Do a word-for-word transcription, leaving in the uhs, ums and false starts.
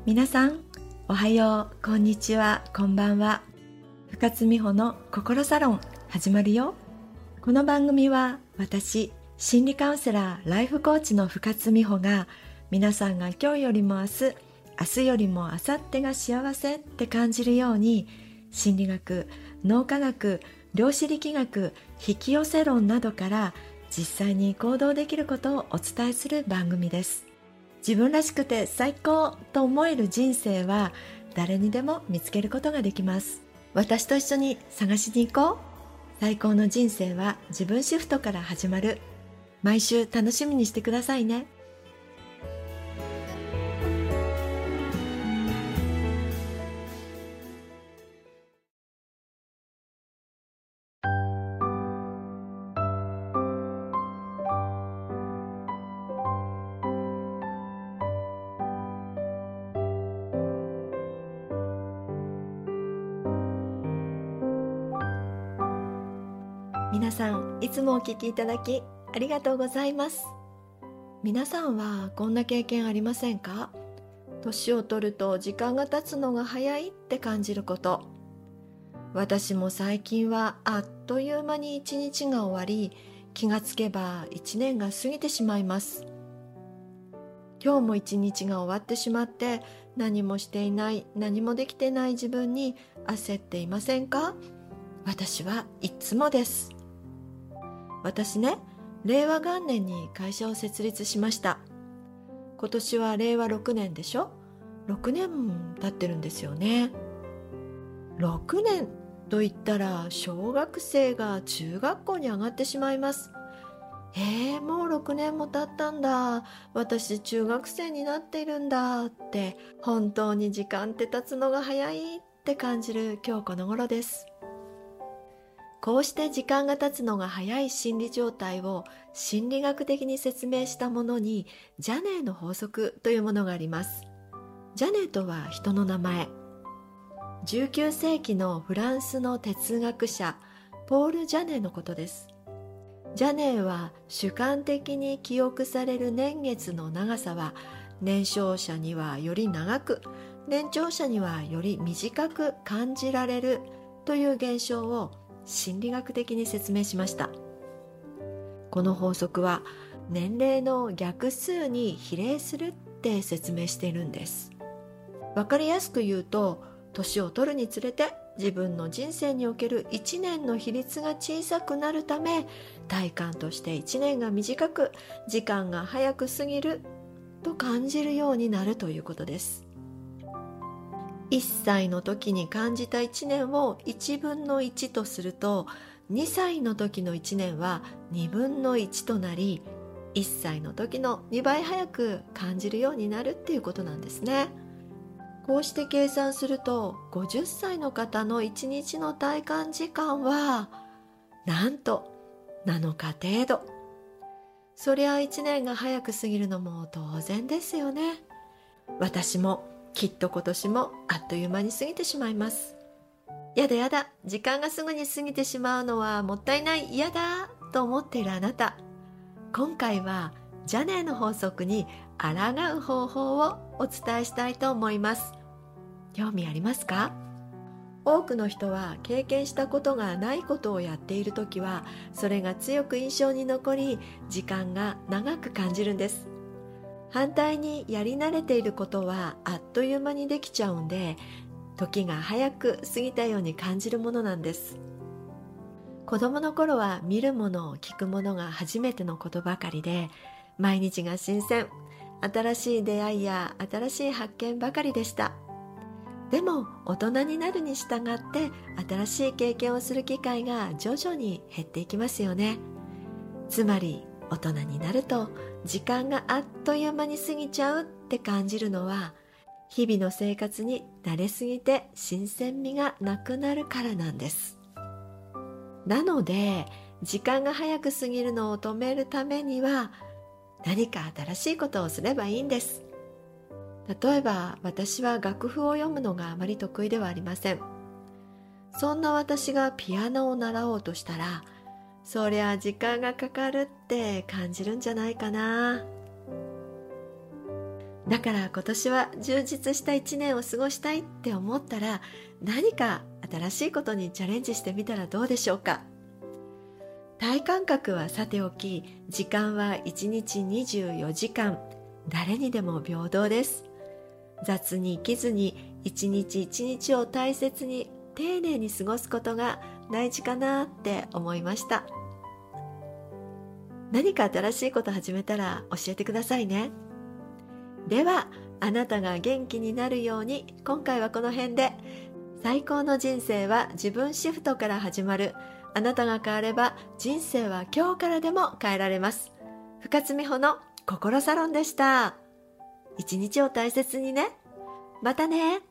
皆さんおはよう、こんにちは、こんばんは。深津美穂の心サロン始まるよ。この番組は私心理カウンセラーライフコーチの深津美穂が皆さんが今日よりも明日、明日よりも明後日が幸せって感じるように心理学、脳科学、量子力学、引き寄せ論などから実際に行動できることをお伝えする番組です。自分らしくて最高と思える人生は誰にでも見つけることができます。私と一緒に探しに行こう。最高の人生は自分シフトから始まる。毎週楽しみにしてくださいね。皆さんいつもお聞きいただきありがとうございます。皆さんはこんな経験ありませんか？年を取ると時間が経つのが早いって感じること。私も最近はあっという間に一日が終わり、気がつけば一年が過ぎてしまいます。今日も一日が終わってしまって何もしていない、何もできてない自分に焦っていませんか？私はいつもです。私ね、れいわ元年に会社を設立しました。今年はれいわろくねんでしょ。ろくねん経ってるんですよね。ろくねんと言ったら小学生が中学校に上がってしまいます。えー、もうろくねんも経ったんだ、私中学生になっているんだって、本当に時間って経つのが早いって感じる今日この頃です。こうして時間が経つのが早い心理状態を心理学的に説明したものにジャネーの法則というものがあります。ジャネーとは人の名前。じゅうきゅうせいきのフランスの哲学者ポール・ジャネーのことです。ジャネーは主観的に記憶される年月の長さは年少者にはより長く、年長者にはより短く感じられるという現象を心理学的に説明しました。この法則は年齢の逆数に比例するって説明しているんです。わかりやすく言うと、年を取るにつれて自分の人生におけるいちねんの比率が小さくなるため、体感としていちねんが短く、時間が早く過ぎると感じるようになるということです。いっさいの時に感じたいちねんをいちぶんのいちとすると、にさいの時のいちねんはにぶんのいちとなり、いっさいの時のにばい早く感じるようになるっていうことなんですね。こうして計算すると、ごじゅっさいの方のいちにちの体感時間はなんとなのか程度。そりゃいちねんが早く過ぎるのも当然ですよね。私もきっと今年もあっという間に過ぎてしまいます。やだやだ、時間がすぐに過ぎてしまうのはもったいない、嫌だと思っているあなた、今回はジャネーの法則に抗う方法をお伝えしたいと思います。興味ありますか？多くの人は経験したことがないことをやっているときは、それが強く印象に残り、時間が長く感じるんです。反対にやり慣れていることはあっという間にできちゃうんで、時が早く過ぎたように感じるものなんです。子供の頃は見るものを聞くものが初めてのことばかりで、毎日が新鮮、新しい出会いや新しい発見ばかりでした。でも大人になるに従って新しい経験をする機会が徐々に減っていきますよね。つまり大人になると時間があっという間に過ぎちゃうって感じるのは、日々の生活に慣れすぎて新鮮味がなくなるからなんです。なので時間が早く過ぎるのを止めるためには、何か新しいことをすればいいんです。例えば私は楽譜を読むのがあまり得意ではありません。そんな私がピアノを習おうとしたら、そりゃ時間がかかるって感じるんじゃないかな。 だから今年は充実したいちねんを過ごしたいって思ったら、何か新しいことにチャレンジしてみたらどうでしょうか。体感覚はさておき、時間はいちにちにじゅうよじかん、誰にでも平等です。雑に生きずに一日一日を大切に丁寧に過ごすことが大事かなって思いました。何か新しいこと始めたら教えてくださいね。では、あなたが元気になるように、今回はこの辺で。最高の人生は自分シフトから始まる。あなたが変われば人生は今日からでも変えられます。深津美穂の心サロンでした。一日を大切にね。またね。